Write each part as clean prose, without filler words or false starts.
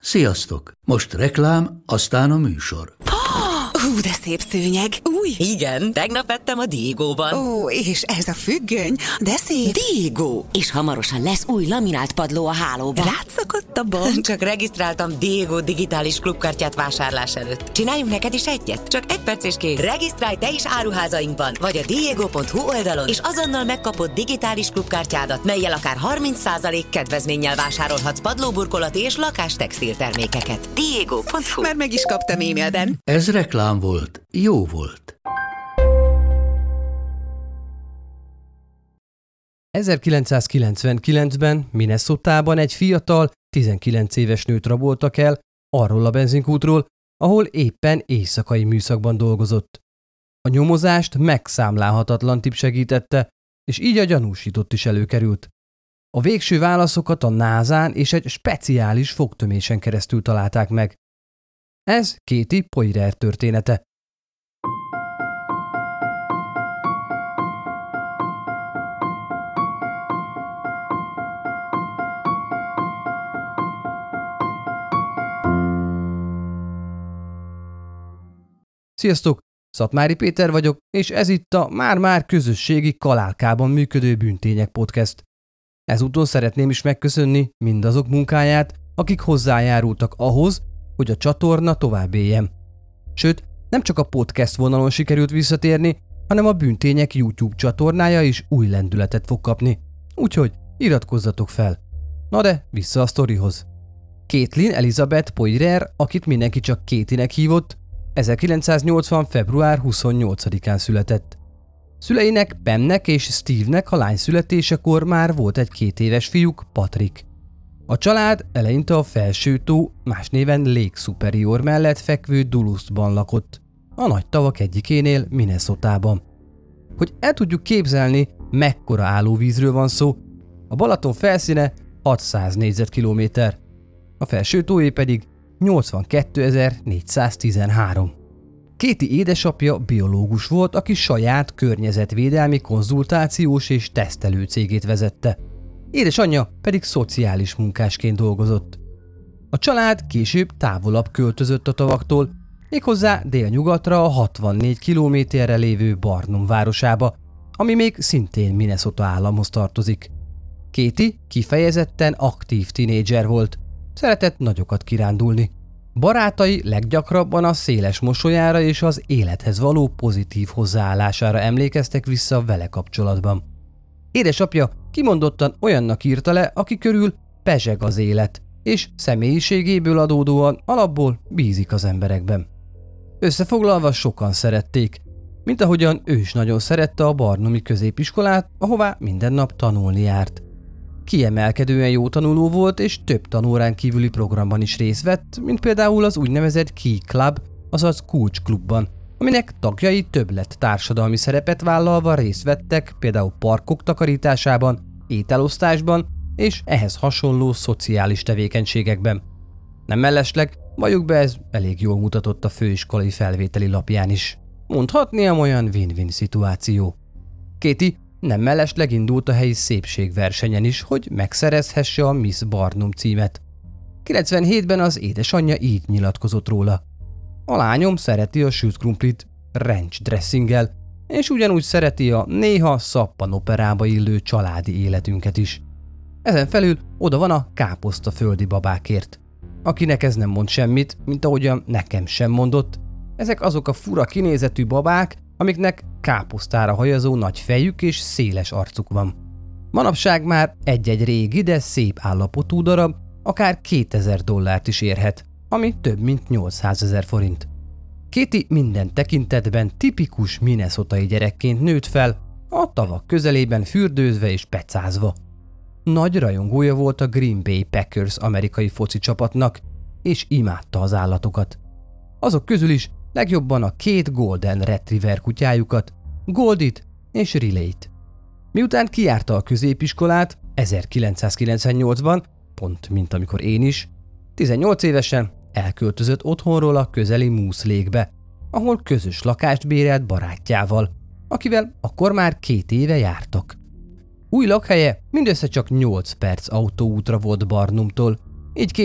Sziasztok! Most reklám, aztán a műsor. Hú, de szép szőnyeg. Új? Igen, tegnap vettem a Diegóban. Ó, és ez a függöny, de szép. Diegó! És hamarosan lesz új laminált padló a hálóban. Rátszakadt a bank. Csak regisztráltam Diegó digitális klubkártyát vásárlás előtt. Csináljunk neked is egyet? Csak 1 perc és kész. Regisztrálj te is áruházainkban, vagy a diego.hu oldalon, és azonnal megkapod digitális klubkártyádat, mellyel akár 30% kedvezménnyel vásárolhatsz padlóburkolati és lakástextil termékeket. Diego.hu. Már meg is kaptam e-mailben. Ez reklám volt. Jó volt. 1999-ben Minnesotában egy fiatal, 19 éves nőt raboltak el arról a benzinkútról, ahol éppen éjszakai műszakban dolgozott. A nyomozást megszámlálhatatlan tipp segítette, és így a gyanúsított is előkerült. A végső válaszokat a NASA-n és egy speciális fogtömésen keresztül találták meg. Ez Katie Poirier története. Sziasztok! Szatmári Péter vagyok, és ez itt a már-már közösségi Kalálkában működő Bűntények Podcast. Ezúton szeretném is megköszönni mindazok munkáját, akik hozzájárultak ahhoz, hogy a csatorna tovább éljen. Sőt, nem csak a podcast vonalon sikerült visszatérni, hanem a Bűntények YouTube csatornája is új lendületet fog kapni. Úgyhogy iratkozzatok fel. Na de, vissza a sztorihoz. Caitlin Elizabeth Poirier, akit mindenki csak Katie-nek hívott, 1980. február 28-án született. Szüleinek, Pamnek és Steve-nek a lány születésekor már volt egy 2 éves fiúk, Patrick. A család eleinte a Felső-tó, más néven Lake Superior mellett fekvő Duluthban lakott, a nagy tavak egyikénél, Minnesotában. Hogy el tudjuk képzelni, mekkora állóvízről van szó, a Balaton felszíne 600 négyzetkilométer, a Felső-tóé pedig 82.413. Katie édesapja biológus volt, aki saját környezetvédelmi konzultációs és tesztelő cégét vezette. Édesanyja pedig szociális munkásként dolgozott. A család később távolabb költözött a tavaktól, méghozzá délnyugatra a 64 kilométerre lévő Barnum városába, ami még szintén Minnesota államhoz tartozik. Katie kifejezetten aktív tinédzser volt, szeretett nagyokat kirándulni. Barátai leggyakrabban a széles mosolyára és az élethez való pozitív hozzáállására emlékeztek vissza vele kapcsolatban. Édesapja kimondottan olyannak írta le, aki körül pezseg az élet, és személyiségéből adódóan alapból bízik az emberekben. Összefoglalva sokan szerették, mint ahogyan ő is nagyon szerette a barnumi középiskolát, ahová minden nap tanulni járt. Kiemelkedően jó tanuló volt, és több tanórán kívüli programban is részt vett, mint például az úgynevezett Key Club, azaz kulcsklubban, aminek tagjai többlet társadalmi szerepet vállalva részt vettek például parkok takarításában, ételosztásban és ehhez hasonló szociális tevékenységekben. Nem mellesleg, valljuk be, ez elég jól mutatott a főiskolai felvételi lapján is. Mondhatném olyan win-win szituáció. Katie nem mellesleg indult a helyi szépségversenyen is, hogy megszerezhesse a Miss Barnum címet. 97-ben az édesanyja így nyilatkozott róla. A lányom szereti a sült krumplit ranch dressinggel, és ugyanúgy szereti a néha szappanoperába illő családi életünket is. Ezen felül oda van a káposztaföldi babákért. Akinek ez nem mond semmit, mint ahogyan nekem sem mondott, ezek azok a fura kinézetű babák, amiknek káposztára hajazó nagy fejük és széles arcuk van. Manapság már egy-egy régi, de szép állapotú darab akár $2000 is érhet, ami több mint 800 000 forint. Katie minden tekintetben tipikus minnesotai gyerekként nőtt fel, a tavak közelében fürdőzve és pecázva. Nagy rajongója volt a Green Bay Packers amerikai foci csapatnak, és imádta az állatokat. Azok közül is legjobban a 2 Golden Retriever kutyájukat, Goldit és Riley-t. Miután kijárta a középiskolát 1998-ban, pont mint amikor én is, 18 évesen elköltözött otthonról a közeli Moose Lake-be, ahol közös lakást bérelt barátjával, akivel akkor már 2 éve jártak. Új lakhelye mindössze csak 8 perc autóútra volt Barnumtól, így Katie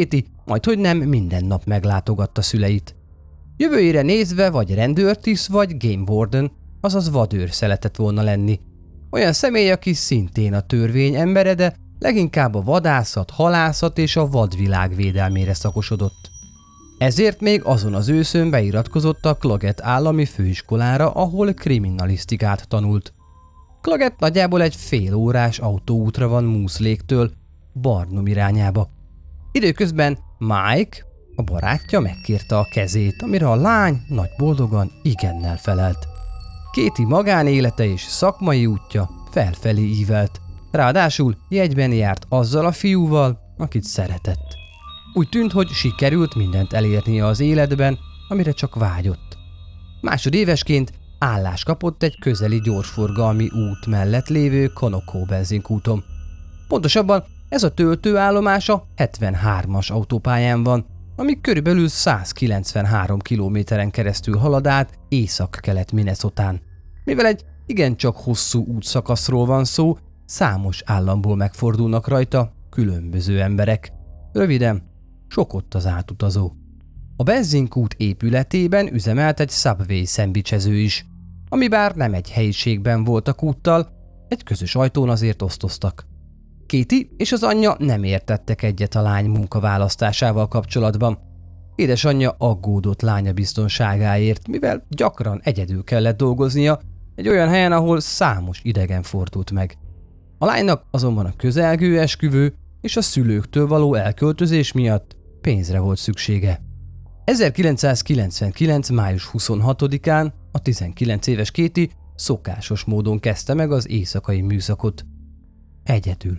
majd hogy nem minden nap meglátogatta szüleit. Jövőjére nézve vagy rendőrtiszt, vagy game warden, azaz vadőr szeretett volna lenni. Olyan személy, aki szintén a törvény embere, de leginkább a vadászat, halászat és a vadvilág védelmére szakosodott. Ezért még azon az őszön beiratkozott a Claggett állami főiskolára, ahol kriminalisztikát tanult. Claggett nagyjából egy fél órás autóútra van Moose Lake-től, Barnum irányába. Időközben Mike, a barátja megkérte a kezét, amire a lány nagy boldogan igennel felelt. Katie magánélete és szakmai útja felfelé ívelt, ráadásul jegyben járt azzal a fiúval, akit szeretett. Úgy tűnt, hogy sikerült mindent elérnie az életben, amire csak vágyott. Másodévesként állást kapott egy közeli gyorsforgalmi út mellett lévő Conoco benzinkúton. Pontosabban ez a töltőállomás a 73-as autópályán van, ami körülbelül 193 kilométeren keresztül halad át észak-kelet Minnesotán. Mivel egy igencsak hosszú útszakaszról van szó, számos államból megfordulnak rajta különböző emberek. Röviden, sok ott az átutazó. A benzinkút épületében üzemelt egy Subway szendvicsező is, ami bár nem egy helyiségben volt a kúttal, egy közös ajtón azért osztoztak. Katie és az anyja nem értettek egyet a lány munkaválasztásával kapcsolatban. Édesanyja aggódott lánya biztonságáért, mivel gyakran egyedül kellett dolgoznia egy olyan helyen, ahol számos idegen fordult meg. A lánynak azonban a közelgő esküvő és a szülőktől való elköltözés miatt pénzre volt szüksége. 1999. május 26-án a 19 éves Katie szokásos módon kezdte meg az éjszakai műszakot. Egyedül.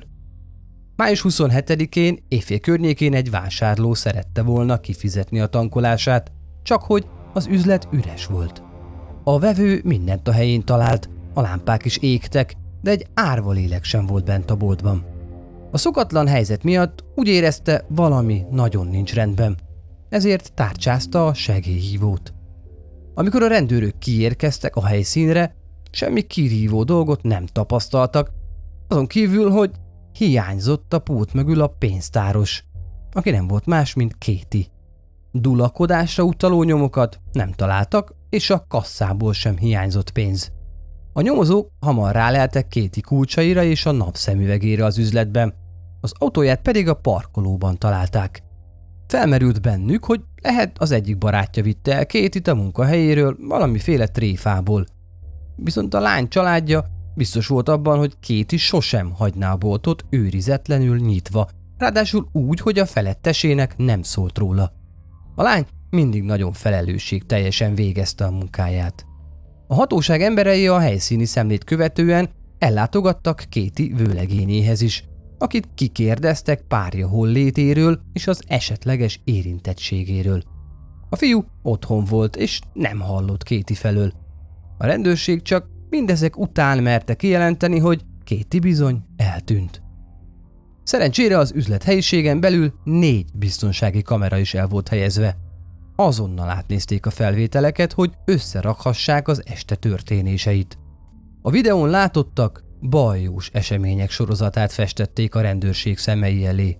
Május 27-én éjfél környékén egy vásárló szerette volna kifizetni a tankolását, csak hogy az üzlet üres volt. A vevő mindent a helyén talált, a lámpák is égtek, de egy árva lélek sem volt bent a boltban. A szokatlan helyzet miatt úgy érezte, valami nagyon nincs rendben, ezért tárcsázta a segélyhívót. Amikor a rendőrök kiérkeztek a helyszínre, semmi kirívó dolgot nem tapasztaltak, azon kívül, hogy hiányzott a pult mögül a pénztáros, aki nem volt más, mint Katie. Dulakodásra utaló nyomokat nem találtak, és a kasszából sem hiányzott pénz. A nyomozók hamar ráleltek Katie kulcsaira és a napszemüvegére az üzletben, az autóját pedig a parkolóban találták. Felmerült bennük, hogy lehet az egyik barátja vitte el Katie-t a munkahelyéről valamiféle tréfából. Viszont a lány családja biztos volt abban, hogy Katie sosem hagyná a boltot őrizetlenül nyitva, ráadásul úgy, hogy a felettesének nem szólt róla. A lány mindig nagyon felelősségteljesen végezte a munkáját. A hatóság emberei a helyszíni szemlét követően ellátogattak Katie vőlegényéhez is, akit kikérdeztek párja hollétéről és az esetleges érintettségéről. A fiú otthon volt és nem hallott Katie felől. A rendőrség csak mindezek után merte kijelenteni, hogy Katie bizony eltűnt. Szerencsére az üzlet helyiségen belül 4 biztonsági kamera is el volt helyezve. Azonnal átnézték a felvételeket, hogy összerakhassák az este történéseit. A videón látottak bajós események sorozatát festették a rendőrség szemei elé.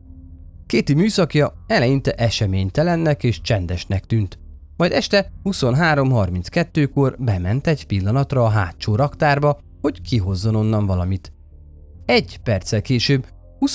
Katie műszakja eleinte eseménytelennek és csendesnek tűnt, majd este 23:32-kor bement egy pillanatra a hátsó raktárba, hogy kihozzon onnan valamit. 1 perccel később,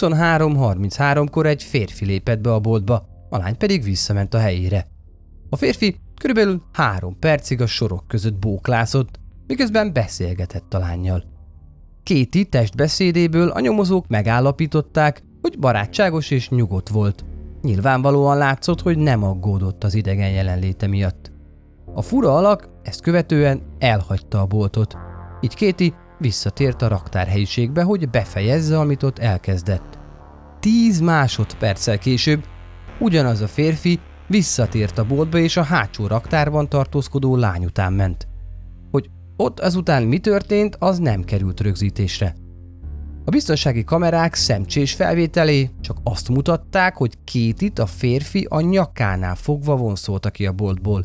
23:33-kor egy férfi lépett be a boltba, a lány pedig visszament a helyére. A férfi körülbelül 3 percig a sorok között bóklászott, miközben beszélgetett a lánnyal. Katie testbeszédéből a nyomozók megállapították, hogy barátságos és nyugodt volt. Nyilvánvalóan látszott, hogy nem aggódott az idegen jelenléte miatt. A fura alak ezt követően elhagyta a boltot, így Katie visszatért a raktárhelyiségbe, hogy befejezze, amit ott elkezdett. 10 másodperccel később ugyanaz a férfi visszatért a boltba és a hátsó raktárban tartózkodó lány után ment. Hogy ott azután mi történt, az nem került rögzítésre. A biztonsági kamerák szemcsés felvételé csak azt mutatták, hogy Katie-t a férfi a nyakánál fogva vonszolta ki a boltból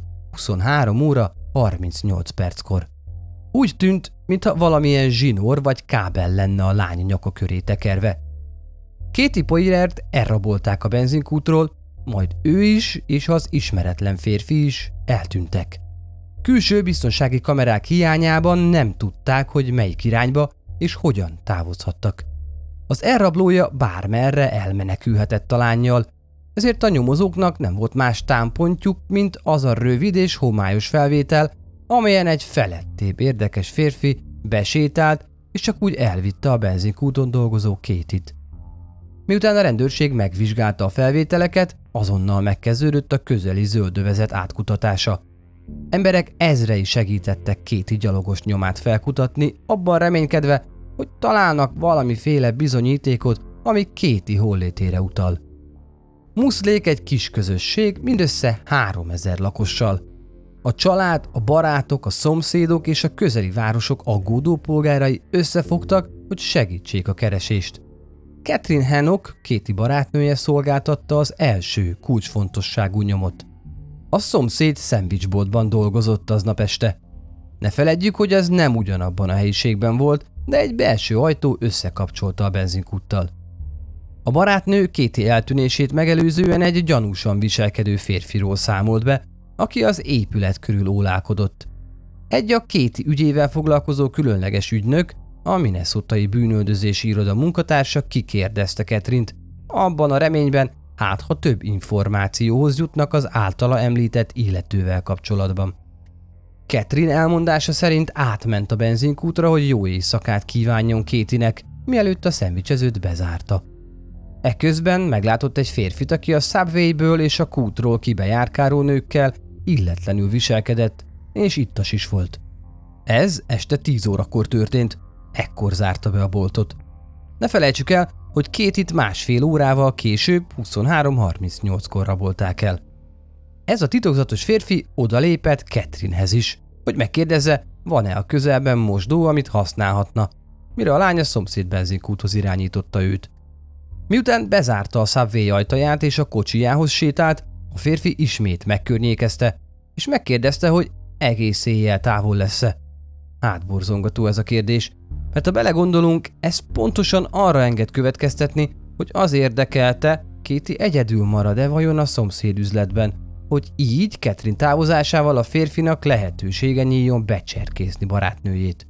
23:38 Úgy tűnt, mintha valamilyen zsinór vagy kábel lenne a lány nyaka köré tekerve. Katie Poirert elrabolták a benzinkútról, majd ő is és az ismeretlen férfi is eltűntek. Külső biztonsági kamerák hiányában nem tudták, hogy melyik irányba és hogyan távozhattak. Az elrablója bármerre elmenekülhetett a lánnyal, ezért a nyomozóknak nem volt más támpontjuk, mint az a rövid és homályos felvétel, amelyen egy felettébb érdekes férfi besétált, és csak úgy elvitte a benzinkúton dolgozó Katie-t. Miután a rendőrség megvizsgálta a felvételeket, azonnal megkezdődött a közeli zöldövezet átkutatása. Emberek ezrei segítettek Katie gyalogos nyomát felkutatni, abban reménykedve, hogy találnak valamiféle bizonyítékot, ami Katie hollétére utal. Moose Lake egy kis közösség, mindössze 3000 lakossal. A család, a barátok, a szomszédok és a közeli városok aggódó polgárai összefogtak, hogy segítsék a keresést. Catherine Hannock, Katie barátnője szolgáltatta az első kulcsfontosságú nyomot. A szomszéd szendvicsboltban dolgozott aznap este. Ne feledjük, hogy ez nem ugyanabban a helyiségben volt, de egy belső ajtó összekapcsolta a benzinkúttal. A barátnő Katie eltűnését megelőzően egy gyanúsan viselkedő férfiról számolt be, aki az épület körül ólálkodott. Egy a Katie ügyével foglalkozó különleges ügynök, a minnesotai bűnöldözési iroda munkatársa kikérdezte Catherine-t, abban a reményben, ha több információhoz jutnak az általa említett illetővel kapcsolatban. Catherine elmondása szerint átment a benzinkútra, hogy jó éjszakát kívánjon Katie-nek, mielőtt a szendvicsezőt bezárta. Eközben meglátott egy férfit, aki a Subwayből és a kútról kibejárkáló nőkkel illetlenül viselkedett, és ittas is volt. Ez este 10 órakor történt, ekkor zárta be a boltot. Ne felejtsük el, hogy Katie-t másfél órával később 23:38-kor rabolták el. Ez a titokzatos férfi odalépett Catherinehez is, hogy megkérdezze, van-e a közelben mosdó, amit használhatna, mire a lány a szomszéd benzinkúthoz irányította őt. Miután bezárta a Subway ajtaját és a kocsijához sétált, a férfi ismét megkörnyékezte, és megkérdezte, hogy egész éjjel távol lesz-e. Hátborzongató ez a kérdés, mert ha belegondolunk, ez pontosan arra enged következtetni, hogy az érdekelte, Katie egyedül marad-e vajon a szomszéd üzletben, hogy így Catherine távozásával a férfinak lehetősége nyíljon becserkészni barátnőjét.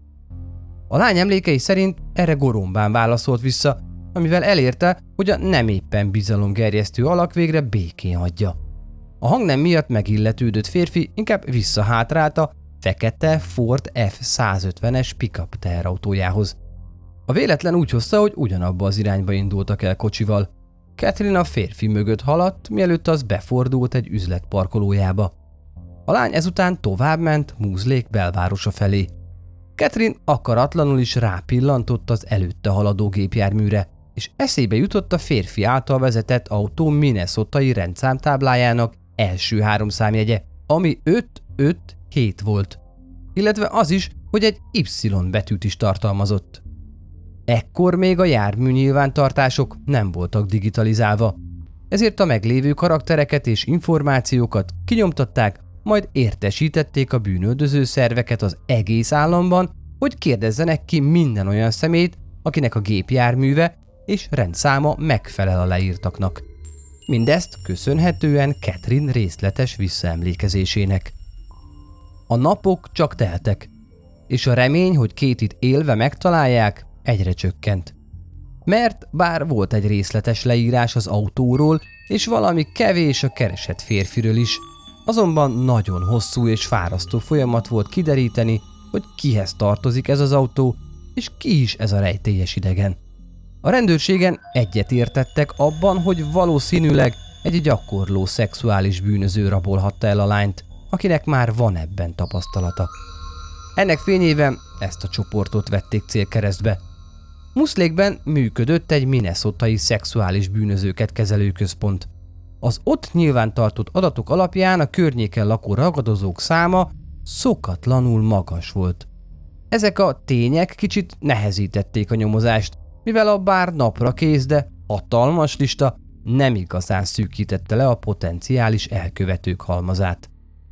A lány emlékei szerint erre gorombán válaszolt vissza, amivel elérte, hogy a nem éppen bizalomgerjesztő alak végre békén hagyja. A hangnem miatt megilletődött férfi inkább visszahátrált a fekete Ford F-150-es pick-up teherautójához. A véletlen úgy hozta, hogy ugyanabba az irányba indultak el kocsival. Catherine a férfi mögött haladt, mielőtt az befordult egy üzlet parkolójába. A lány ezután továbbment Moose Lake belvárosa felé. Catherine akaratlanul is rápillantott az előtte haladó gépjárműre, és eszébe jutott a férfi által vezetett autó minnesotai rendszámtáblájának első 3 számjegye, ami 557 volt, illetve az is, hogy egy Y betűt is tartalmazott. Ekkor még a jármű nyilvántartások nem voltak digitalizálva, ezért a meglévő karaktereket és információkat kinyomtatták, majd értesítették a bűnöldöző szerveket az egész államban, hogy kérdezzenek ki minden olyan személyt, akinek a gépjárműve és rendszáma megfelel a leírtaknak. Mindezt köszönhetően Catherine részletes visszaemlékezésének. A napok csak teltek, és a remény, hogy Katie-t élve megtalálják, egyre csökkent. Mert bár volt egy részletes leírás az autóról, és valami kevés a keresett férfiről is, azonban nagyon hosszú és fárasztó folyamat volt kideríteni, hogy kihez tartozik ez az autó, és ki is ez a rejtélyes idegen. A rendőrségen egyetértettek abban, hogy valószínűleg egy gyakorló szexuális bűnöző rabolhatta el a lányt, akinek már van ebben tapasztalata. Ennek fényében ezt a csoportot vették célkeresztbe. Moose Lake-ben működött egy minnesotai szexuális bűnözőket kezelő központ. Az ott nyilvántartott adatok alapján a környéken lakó ragadozók száma szokatlanul magas volt. Ezek a tények kicsit nehezítették a nyomozást, mivel a bár napra kész, de hatalmas lista nem igazán szűkítette le a potenciális elkövetők halmazát.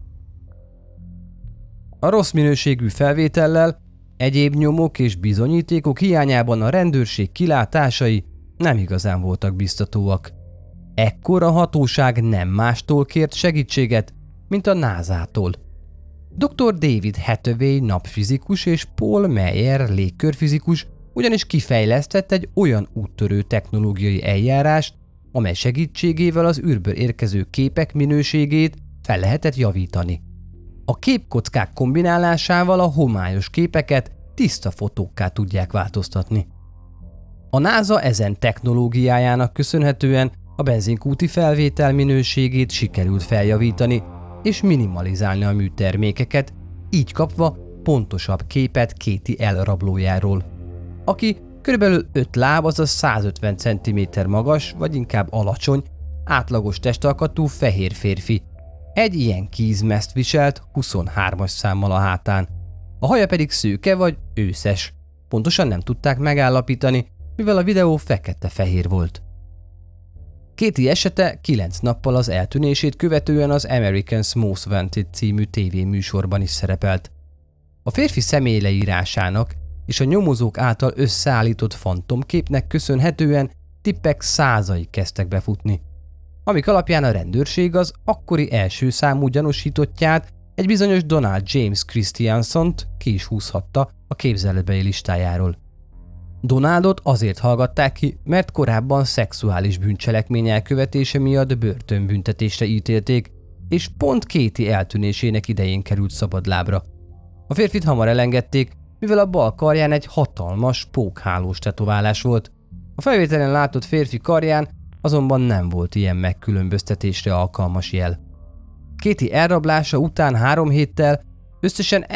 A rossz minőségű felvétellel, egyéb nyomok és bizonyítékok hiányában a rendőrség kilátásai nem igazán voltak biztatóak. Ekkor a hatóság nem mástól kért segítséget, mint a NASA-tól. Dr. David Hathaway napfizikus és Paul Meyer légkörfizikus ugyanis kifejlesztett egy olyan úttörő technológiai eljárást, amely segítségével az űrből érkező képek minőségét fel lehetett javítani. A képkockák kombinálásával a homályos képeket tiszta fotókká tudják változtatni. A NASA ezen technológiájának köszönhetően a benzinkúti felvétel minőségét sikerült feljavítani és minimalizálni a műtermékeket, így kapva pontosabb képet Katie elrablójáról, aki körülbelül 5 láb, azaz 150 cm magas, vagy inkább alacsony, átlagos testalkatú fehér férfi. Egy ilyen kízmezt viselt 23-as számmal a hátán. A haja pedig szőke vagy őszes. Pontosan nem tudták megállapítani, mivel a videó fekete-fehér volt. Katie esete 9 nappal az eltűnését követően az America's Most Wanted című tévéműsorban is szerepelt. A férfi személyleírásának és a nyomozók által összeállított fantomképnek köszönhetően tippek százai kezdtek befutni, amik alapján a rendőrség az akkori első számú gyanúsítottját, egy bizonyos Donald James Christiansont ki is húzhatta a képzeletbeli listájáról. Donaldot azért hallgatták ki, mert korábban szexuális bűncselekmény elkövetése miatt börtönbüntetésre ítélték, és pont Katie eltűnésének idején került szabadlábra. A férfit hamar elengedték, mivel a bal karján egy hatalmas, pókhálós tetoválás volt. A felvételen látott férfi karján azonban nem volt ilyen megkülönböztetésre alkalmas jel. Katie elrablása után 3 héttel összesen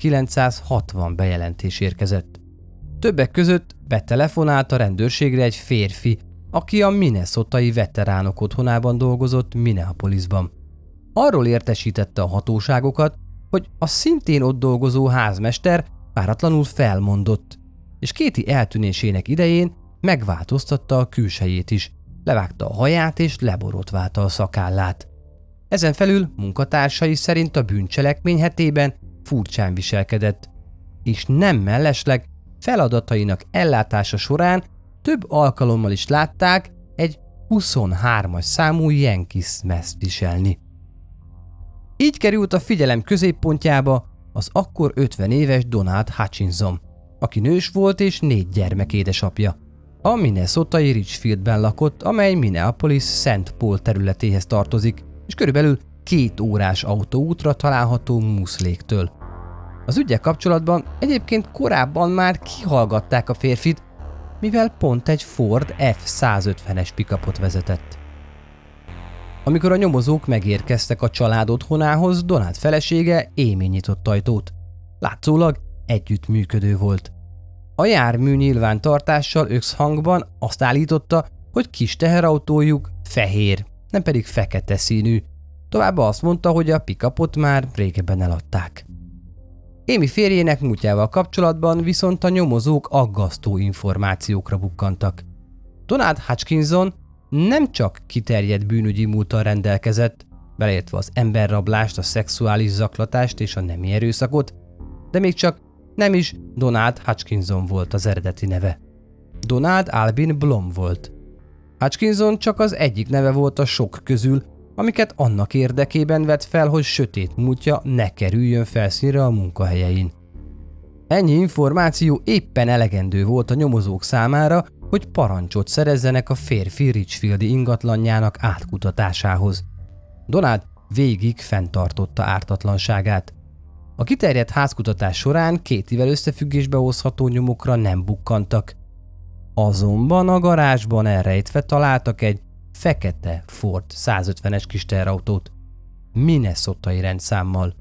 1960 bejelentés érkezett. Többek között betelefonált a rendőrségre egy férfi, aki a minnesotai veteránok otthonában dolgozott Minneapolisban. Arról értesítette a hatóságokat, hogy a szintén ott dolgozó házmester páratlanul felmondott, és Katie eltűnésének idején megváltoztatta a külsejét is, levágta a haját és leborotválta a szakállát. Ezen felül munkatársai szerint a bűncselekmény hetében furcsán viselkedett, és nem mellesleg feladatainak ellátása során több alkalommal is látták egy 23-as számú Yankees mezt viselni. Így került a figyelem középpontjába az akkor 50 éves Donald Hutchinson, aki nős volt és 4 gyermek édesapja. A minnesotai Richfieldben lakott, amely Minneapolis St. Paul területéhez tartozik, és körülbelül 2 órás autóútra található Moose Lake-től. Az üggyel kapcsolatban egyébként korábban már kihallgatták a férfit, mivel pont egy Ford F-150-es pick-upot vezetett. Amikor a nyomozók megérkeztek a család otthonához, Donald felesége émén nyitott ajtót. Látszólag együttműködő volt. A jármű nyilvántartással összhangban azt állította, hogy kis teherautójuk fehér, nem pedig fekete színű. Továbbá azt mondta, hogy a pick-upot már régebben eladták. Amy férjének múltjával kapcsolatban viszont a nyomozók aggasztó információkra bukkantak. Donald Hutchinson nem csak kiterjedt bűnügyi múlttal rendelkezett, beleértve az emberrablást, a szexuális zaklatást és a nemi erőszakot, de még csak nem is Donald Hutchinson volt az eredeti neve. Donald Albin Blom volt. Hutchinson csak az egyik neve volt a sok közül, amiket annak érdekében vett fel, hogy sötét múltja ne kerüljön felszínre a munkahelyein. Ennyi információ éppen elegendő volt a nyomozók számára, hogy parancsot szerezzenek a férfi Richfieldi ingatlanjának átkutatásához. Donald végig fenntartotta ártatlanságát. A kiterjedt házkutatás során Katie-vel összefüggésbe hozható nyomokra nem bukkantak. Azonban a garázsban elrejtve találtak egy fekete Ford 150-es kis teherautót, minnesotai rendszámmal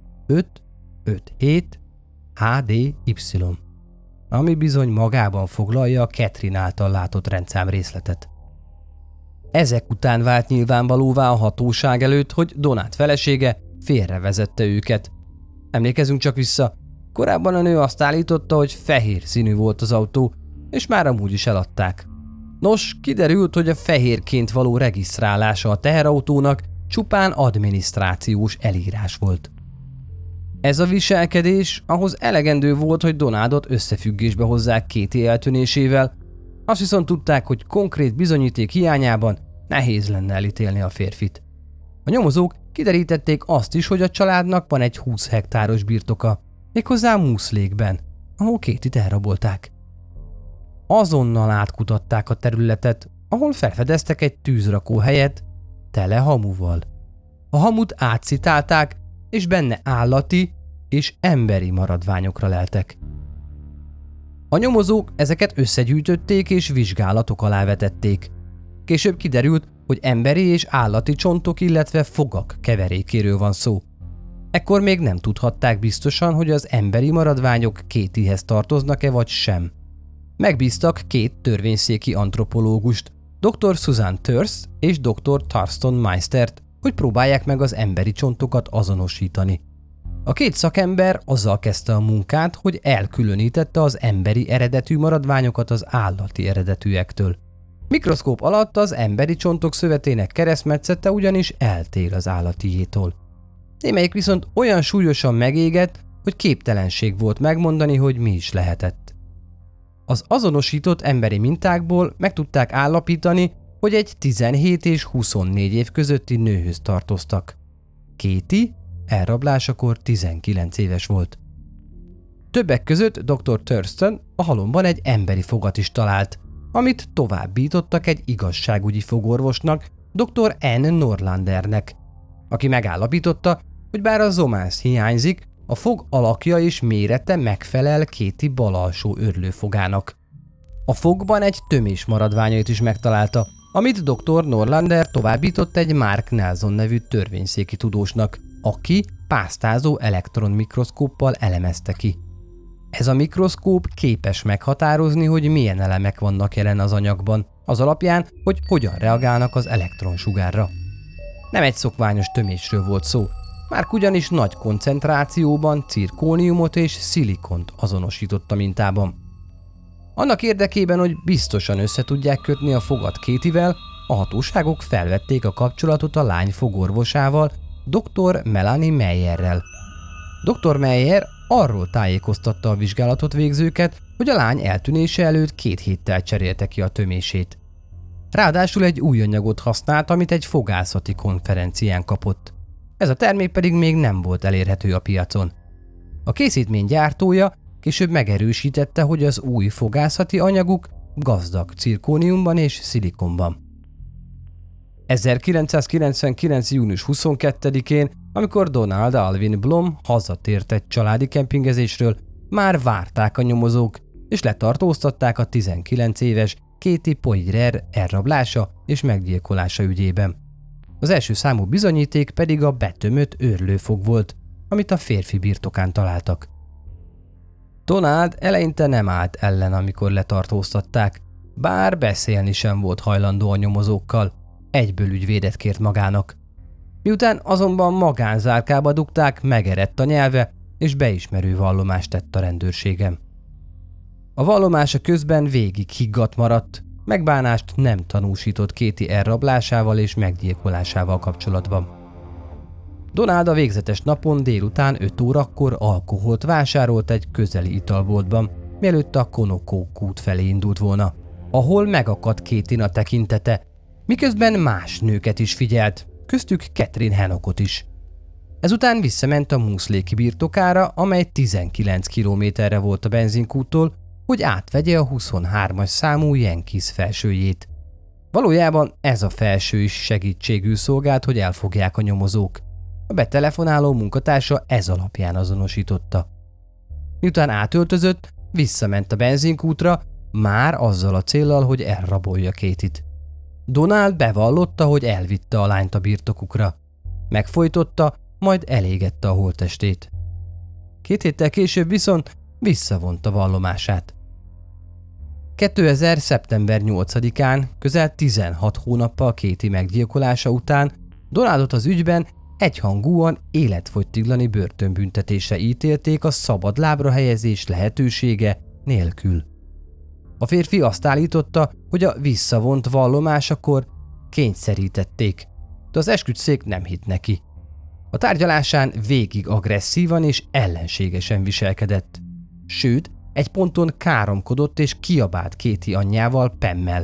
557 HDY, ami bizony magában foglalja a Catherine által látott rendszám részletet. Ezek után vált nyilvánvalóvá a hatóság előtt, hogy Donald felesége félrevezette őket. Emlékezünk csak vissza, korábban a nő azt állította, hogy fehér színű volt az autó, és már amúgy is eladták. Nos, kiderült, hogy a fehérként való regisztrálása a teherautónak csupán adminisztrációs elírás volt. Ez a viselkedés ahhoz elegendő volt, hogy Donaldot összefüggésbe hozzák Katie eltűnésével, azt viszont tudták, hogy konkrét bizonyíték hiányában Nehéz lenne elítélni a férfit. A nyomozók kiderítették azt is, hogy a családnak van egy 20 hektáros birtoka, méghozzá Moose Lake-ben, ahol Katie-t elrabolták. Azonnal átkutatták a területet, ahol felfedeztek egy tűzrakóhelyet tele hamuval. A hamut átszitálták, és benne állati és emberi maradványokra leltek. A nyomozók ezeket összegyűjtötték és vizsgálatok alá vetették. Később kiderült, hogy emberi és állati csontok, illetve fogak keverékéről van szó. Ekkor még nem tudhatták biztosan, hogy az emberi maradványok Katiehez tartoznak-e vagy sem. Megbíztak két törvényszéki antropológust, dr. Susan Thirst és dr. Thurston Meistert, hogy próbálják meg az emberi csontokat azonosítani. A két szakember azzal kezdte a munkát, hogy elkülönítette az emberi eredetű maradványokat az állati eredetűektől. Mikroszkóp alatt az emberi csontok szövetének keresztmetszete ugyanis eltér az állatiétól. Némelyik viszont olyan súlyosan megégett, hogy képtelenség volt megmondani, hogy mi is lehetett. Az azonosított emberi mintákból meg tudták állapítani, hogy egy 17 és 24 év közötti nőhöz tartoztak. Katie elrablásakor 19 éves volt. Többek között dr. Thurston a halomban egy emberi fogat is talált, amit továbbítottak egy igazságügyi fogorvosnak, dr. Ann Norlandernek, aki megállapította, hogy bár a zomász hiányzik, a fog alakja és mérete megfelel Katie bal alsó őrlőfogának. A fogban egy tömés maradványait is megtalálta, amit dr. Norlander továbbított egy Mark Nelson nevű törvényszéki tudósnak, aki pásztázó elektronmikroszkóppal elemezte ki. Ez a mikroszkóp képes meghatározni, hogy milyen elemek vannak jelen az anyagban, az alapján, hogy hogyan reagálnak az elektronsugárra. Nem egy szokványos tömésről volt szó, Mark ugyanis nagy koncentrációban cirkóniumot és szilikont azonosított a mintában. Annak érdekében, hogy biztosan összetudják kötni a fogat Katievel, a hatóságok felvették a kapcsolatot a lány fogorvosával, dr. Melanie Meyerrel. Dr. Meyer arról tájékoztatta a vizsgálatot végzőket, hogy a lány eltűnése előtt 2 héttel cserélte ki a tömését. Ráadásul egy új anyagot használt, amit egy fogászati konferencián kapott. Ez a termék pedig még nem volt elérhető a piacon. A készítmény gyártója később megerősítette, hogy az új fogászati anyaguk gazdag cirkóniumban és szilikonban. 1999. június 22-én, amikor Donald Alvin Blom hazatért egy családi kempingezésről, már várták a nyomozók, és letartóztatták a 19 éves Katie Poirier elrablása és meggyilkolása ügyében. Az első számú bizonyíték pedig a betömött őrlőfog volt, amit a férfi birtokán találtak. Donald eleinte nem állt ellen, amikor letartóztatták, bár beszélni sem volt hajlandó a nyomozókkal, egyből ügyvédet kért magának. Miután azonban magánzárkába dugták, megerett a nyelve, és beismerő vallomást tett a rendőrségem. A vallomása közben végig higgadt maradt, megbánást nem tanúsított Katie elrablásával és meggyilkolásával kapcsolatban. Donald a végzetes napon délután 5 órakor alkoholt vásárolt egy közeli italboltban, mielőtt a Conoco kút felé indult volna, ahol megakadt Katie-n a tekintete, miközben más nőket is figyelt, köztük Catherine Hancockot is. Ezután visszament a Moose Lake birtokára, amely 19 kilométerre volt a benzinkúttól, hogy átvegye a 23-as számú Yankees felsőjét. Valójában ez a felső is segítségül szolgált, hogy elfogják a nyomozók. A betelefonáló munkatársa ez alapján azonosította. Miután átöltözött, visszament a benzinkútra, már azzal a céllal, hogy elrabolja Katie-t. Donald bevallotta, hogy elvitte a lányt a birtokukra. Megfojtotta, majd elégette a holttestét. 2 héttel később viszont visszavonta vallomását. 2000. szeptember 8-án, közel 16 hónappal Katie meggyilkolása után Donaldot az ügyben egyhangúan életfogytiglani börtönbüntetésre ítélték a szabadlábra helyezés lehetősége nélkül. A férfi azt állította, hogy a visszavont vallomásakor kényszerítették, de az esküdtszék nem hitt neki. A tárgyalásán végig agresszívan és ellenségesen viselkedett. Sőt, egy ponton káromkodott és kiabált Katie anyjával, Pammel.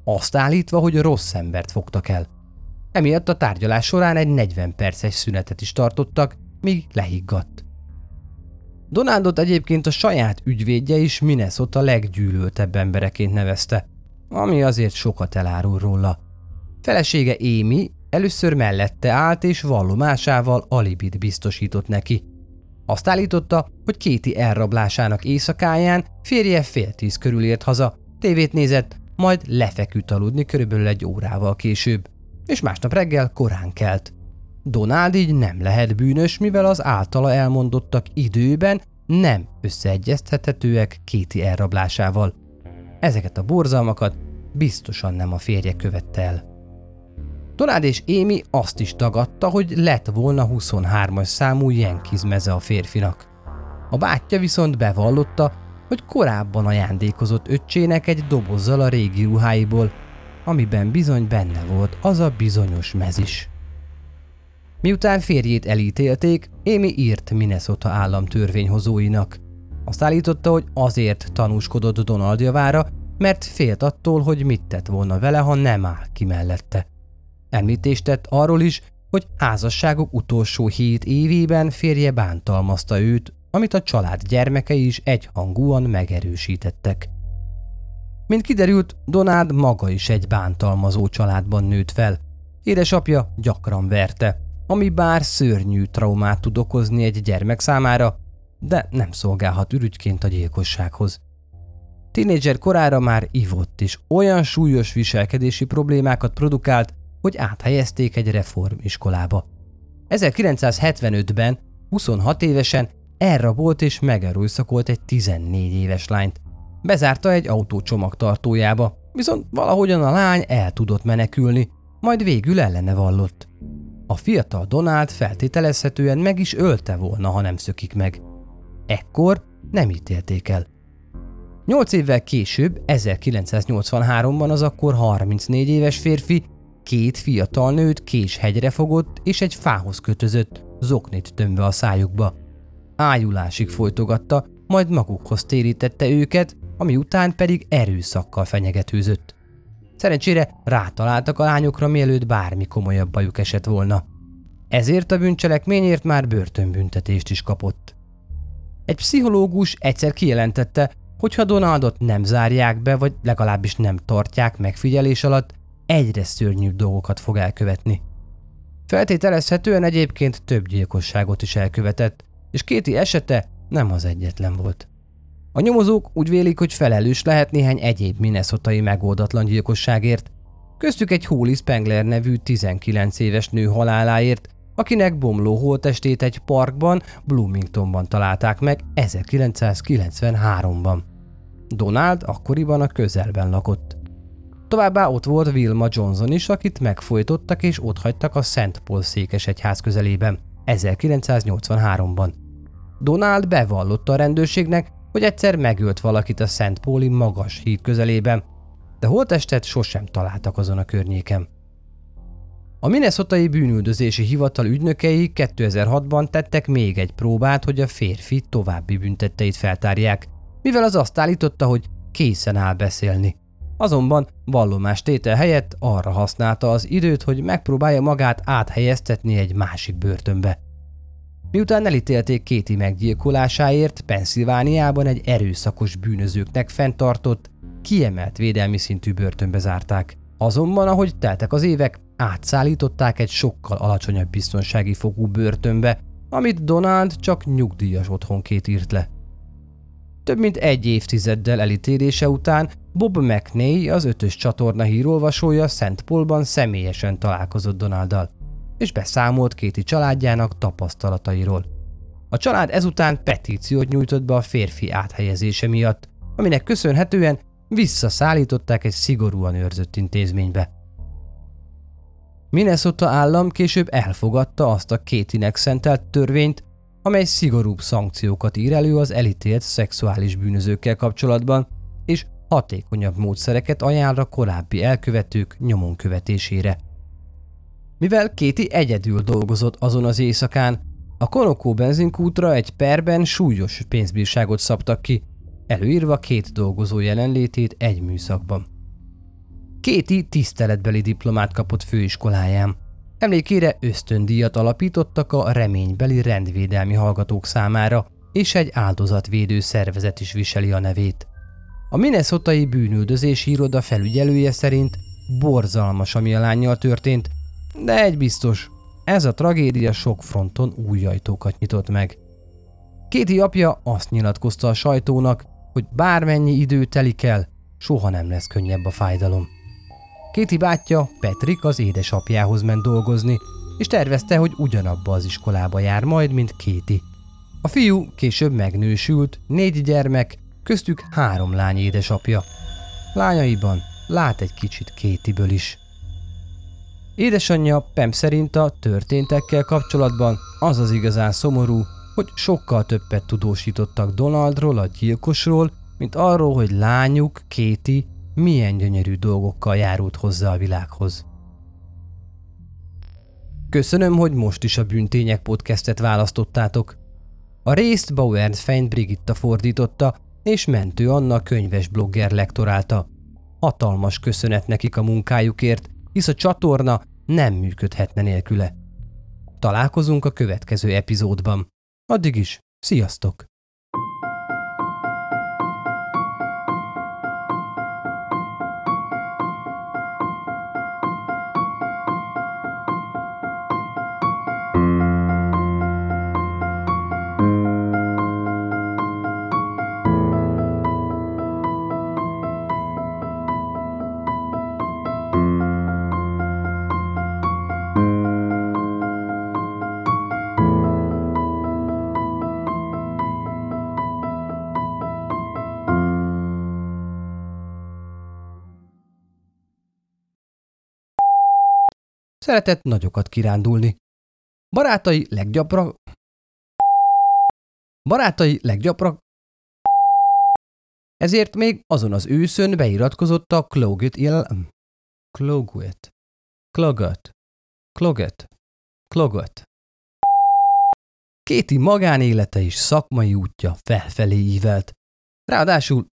azt állítva, hogy rossz embert fogtak el. Emiatt a tárgyalás során egy 40 perces szünetet is tartottak, míg lehiggadt. Donaldot egyébként a saját ügyvédje is Minnesota leggyűlöltebb embereként nevezte, ami azért sokat elárul róla. Felesége Amy először mellette állt és vallomásával alibit biztosított neki. Azt állította, hogy Katie elrablásának éjszakáján férje 9:30 körül ért haza, tévét nézett, majd lefeküdt aludni körülbelül 1 órával később, és másnap reggel korán kelt. Donald így nem lehet bűnös, mivel az általa elmondottak időben nem összeegyeztethetőek Katie elrablásával. Ezeket a borzalmakat biztosan nem a férje követte el. Donald és Amy azt is tagadta, hogy lett volna 23-as számú Yankees meze a férfinak. A bátyja viszont bevallotta, hogy korábban ajándékozott öccsének egy dobozzal a régi ruháiból, amiben bizony benne volt az a bizonyos mez is. Miután férjét elítélték, Amy írt Minnesota állam törvényhozóinak. Azt állította, hogy azért tanúskodott Donald javára, mert félt attól, hogy mit tett volna vele, ha nem áll ki mellette. Említést tett arról is, hogy házasságuk utolsó 7 évében férje bántalmazta őt, amit a család gyermekei is egyhangúan megerősítettek. Mint kiderült, Donald maga is egy bántalmazó családban nőtt fel. Édesapja gyakran verte, ami bár szörnyű traumát tud okozni egy gyermek számára, de nem szolgálhat ürügyként a gyilkossághoz. Tínédzser korára már ivott és olyan súlyos viselkedési problémákat produkált, hogy áthelyezték egy reformiskolába. 1975-ben 26 évesen elrabolt és megerőszakolt egy 14 éves lányt. Bezárta egy autó csomagtartójába, viszont valahogyan a lány el tudott menekülni, majd végül ellene vallott. A fiatal Donald feltételezhetően meg is ölte volna, ha nem szökik meg. Ekkor nem ítélték el. 8 évvel később, 1983-ban az akkor 34 éves férfi 2 fiatal nőt Késhegyre fogott és egy fához kötözött, zoknit tömve a szájukba. Ájulásig folytogatta, majd magukhoz térítette őket, ami után pedig erőszakkal fenyegetőzött. Szerencsére rátaláltak a lányokra, mielőtt bármi komolyabb bajuk esett volna. Ezért a bűncselekményért már börtönbüntetést is kapott. Egy pszichológus egyszer kijelentette, hogy ha Donaldot nem zárják be, vagy legalábbis nem tartják megfigyelés alatt, egyre szörnyűbb dolgokat fog elkövetni. Feltételezhetően egyébként több gyilkosságot is elkövetett, és Katie esete nem az egyetlen volt. A nyomozók úgy vélik, hogy felelős lehet néhány egyéb minnesotai megoldatlan gyilkosságért, köztük egy Holly Spengler nevű 19 éves nő haláláért, akinek bomló holttestét egy parkban, Bloomingtonban találták meg 1993-ban. Donald akkoriban a közelben lakott. Továbbá ott volt Wilma Johnson is, akit megfojtottak és otthagytak a St. Paul székesegyház közelében 1983-ban. Donald bevallotta a rendőrségnek, hogy egyszer megölt valakit a St. Pauli magas híd közelében, de holttestet sosem találtak azon a környéken. A minnesotai bűnüldözési hivatal ügynökei 2006-ban tettek még egy próbát, hogy a férfi további büntetteit feltárják, mivel az azt állította, hogy készen áll beszélni. Azonban vallomástétel helyett arra használta az időt, hogy megpróbálja magát áthelyeztetni egy másik börtönbe. Miután elítélték Katie meggyilkolásáért, Pennsylvániában egy erőszakos bűnözőknek fenntartott, kiemelt védelmi szintű börtönbe zárták. Azonban, ahogy teltek az évek, átszállították egy sokkal alacsonyabb biztonsági fokú börtönbe, amit Donald csak nyugdíjas otthonként írt le. Több mint 1 évtizeddel elítélése után Bob McNay, az 5-ös csatorna hírolvasója St. Paulban személyesen találkozott Donalddal, és beszámolt Katie családjának tapasztalatairól. A család ezután petíciót nyújtott be a férfi áthelyezése miatt, aminek köszönhetően visszaszállították egy szigorúan őrzött intézménybe. Minnesota állam később elfogadta azt a Katie-nek szentelt törvényt, amely szigorúbb szankciókat ír elő az elítélt szexuális bűnözőkkel kapcsolatban, és hatékonyabb módszereket ajánl a korábbi elkövetők nyomon követésére. Mivel Katie egyedül dolgozott azon az éjszakán, a Conoco benzinkútra egy perben súlyos pénzbírságot szabtak ki, előírva 2 dolgozó jelenlétét egy műszakban. Katie tiszteletbeli diplomát kapott főiskoláján. Emlékére ösztöndíjat alapítottak a reménybeli rendvédelmi hallgatók számára, és egy áldozatvédő szervezet is viseli a nevét. A minnesotai bűnüldözési iroda felügyelője szerint borzalmas, ami a lánnyal történt, de egy biztos, ez a tragédia sok fronton új ajtókat nyitott meg. Katie apja azt nyilatkozta a sajtónak, hogy bármennyi idő telik el, soha nem lesz könnyebb a fájdalom. Katie bátyja, Patrick az édesapjához ment dolgozni, és tervezte, hogy ugyanabba az iskolába jár majd, mint Katie. A fiú később megnősült, 4 gyermek, köztük 3 lány édesapja. Lányaiban lát egy kicsit Katie-ből is. Édesanyja Pam szerint a történtekkel kapcsolatban az az igazán szomorú, hogy sokkal többet tudósítottak Donaldról, a gyilkosról, mint arról, hogy lányuk, Katie, milyen gyönyörű dolgokkal járult hozzá a világhoz. Köszönöm, hogy most is a Bűntények podcastet választottátok. A részt Bauernfeind Brigitta fordította, és Mentő Anna könyves blogger lektorálta. Hatalmas köszönet nekik a munkájukért, hisz a csatorna nem működhetne nélküle. Találkozunk a következő epizódban. Addig is, sziasztok! Szeretett nagyokat kirándulni. Barátai leggyakran... Ezért még azon az őszön beiratkozott a Klogot. Katie magánélete és szakmai útja felfelé ívelt. Ráadásul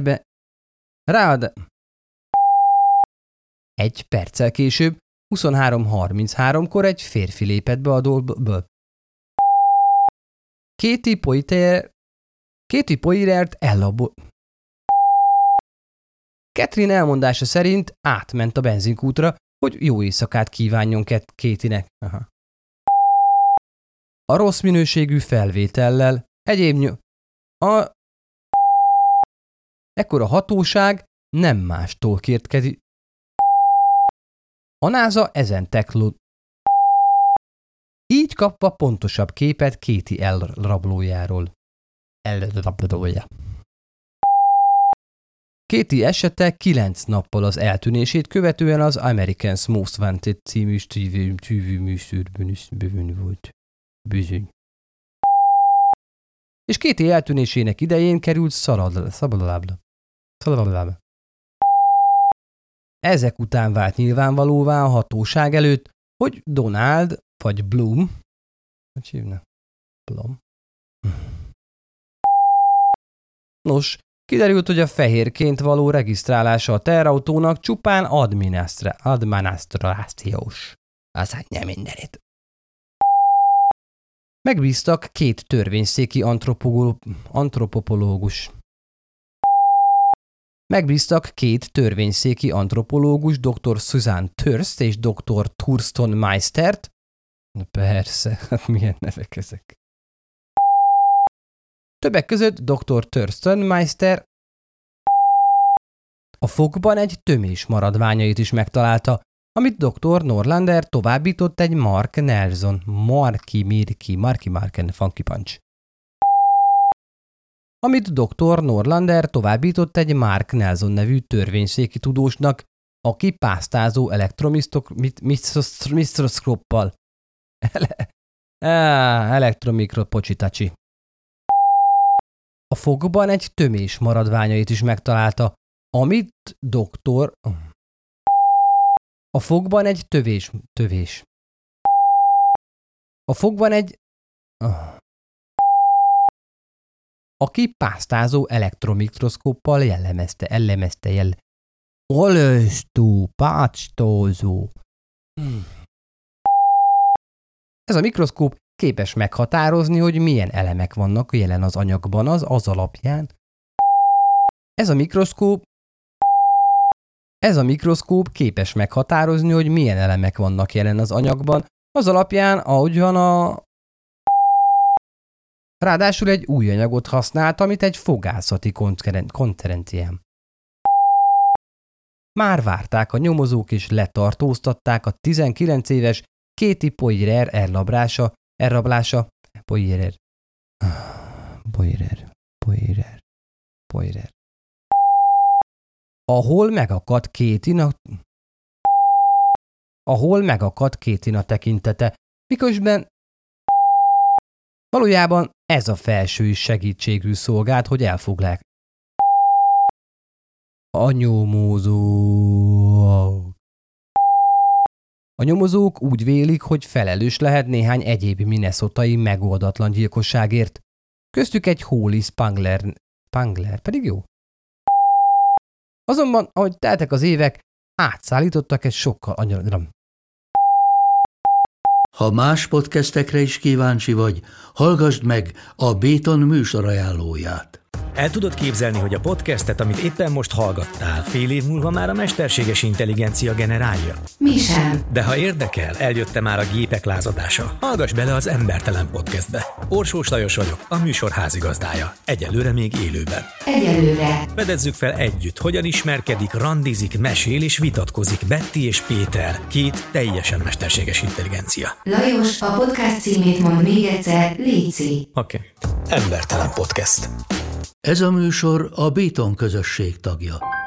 Egy perccel később, 23:33-kor egy férfi lépett be a dolgba. Katie Poirert Catherine elmondása szerint átment a benzinkútra, hogy jó éjszakát kívánjon Katie-nek. A rossz minőségű felvétellel ekkor a hatóság nem mástól kért Katie. A NASA ezen így kapva pontosabb képet Katie elrablójáról. Katie esete 9 nappal az eltűnését követően az American's Most Wanted című műsorban volt. Bizony. És Katie eltűnésének idején került szabadlábra. Ezek után vált nyilvánvalóvá a hatóság előtt, hogy Donald vagy Bloom, Nos, kiderült, hogy a fehérként való regisztrálása a teherautónak csupán adminisztrációs. Az anyja mindenit. Megbíztak 2 törvényszéki antropológus, dr. Susan Thirst és dr. Thurston Meistert. Persze, hát milyen nevek ezek. Többek között dr. Thurston Meister a fogban egy tömés maradványait is megtalálta, amit dr. Norlander továbbított egy Mark Nelson, Marky Marken Funky Punch. Amit dr. Norlander továbbított egy Mark Nelson nevű törvényszéki tudósnak, aki pásztázó elektromikroszkóppal. Elektromikropocsitacsi. A fogban egy tömés maradványait is megtalálta, amit dr. A fogban egy tövés. A fogban egy... Aki pásztázó elektromikroszkóppal jellemezte Olöstú, pácstózó. Ez a mikroszkóp képes meghatározni, hogy milyen elemek vannak jelen az anyagban az alapján. Ez a mikroszkóp képes meghatározni, hogy milyen elemek vannak jelen az anyagban, az alapján, ahogyan Ráadásul egy új anyagot használt, amit egy fogászati konferencián. Már várták a nyomozók és letartóztatták a 19 éves Katie Poirier elrablása. Poirier. Ahol megakadt Katie-na tekintete, miközben valójában ez a felső is segítségül szolgált, hogy elfoglák. A nyomozók úgy vélik, hogy felelős lehet néhány egyéb minnesotai megoldatlan gyilkosságért. Köztük egy Holly Spangler, pedig jó. Azonban, ahogy teltek az évek, átszállítottak egy sokkal anyagra. Ha más podcastekre is kíváncsi vagy, hallgassd meg a Béton műsor ajánlóját. El tudod képzelni, hogy a podcastet, amit éppen most hallgattál, fél év múlva már a mesterséges intelligencia generálja? Mi sem. De ha érdekel, eljött már a gépek lázadása. Hallgass bele az Embertelen Podcastbe. Orsós Lajos vagyok, a műsor házigazdája. Egyelőre még élőben. Egyelőre. Fedezzük fel együtt, hogyan ismerkedik, randizik, mesél és vitatkozik Betty és Péter, két teljesen mesterséges intelligencia. Lajos, a podcast címét mond még egyszer, léci. Oké. Embertelen Podcast. Ez a műsor a Béton közösség tagja.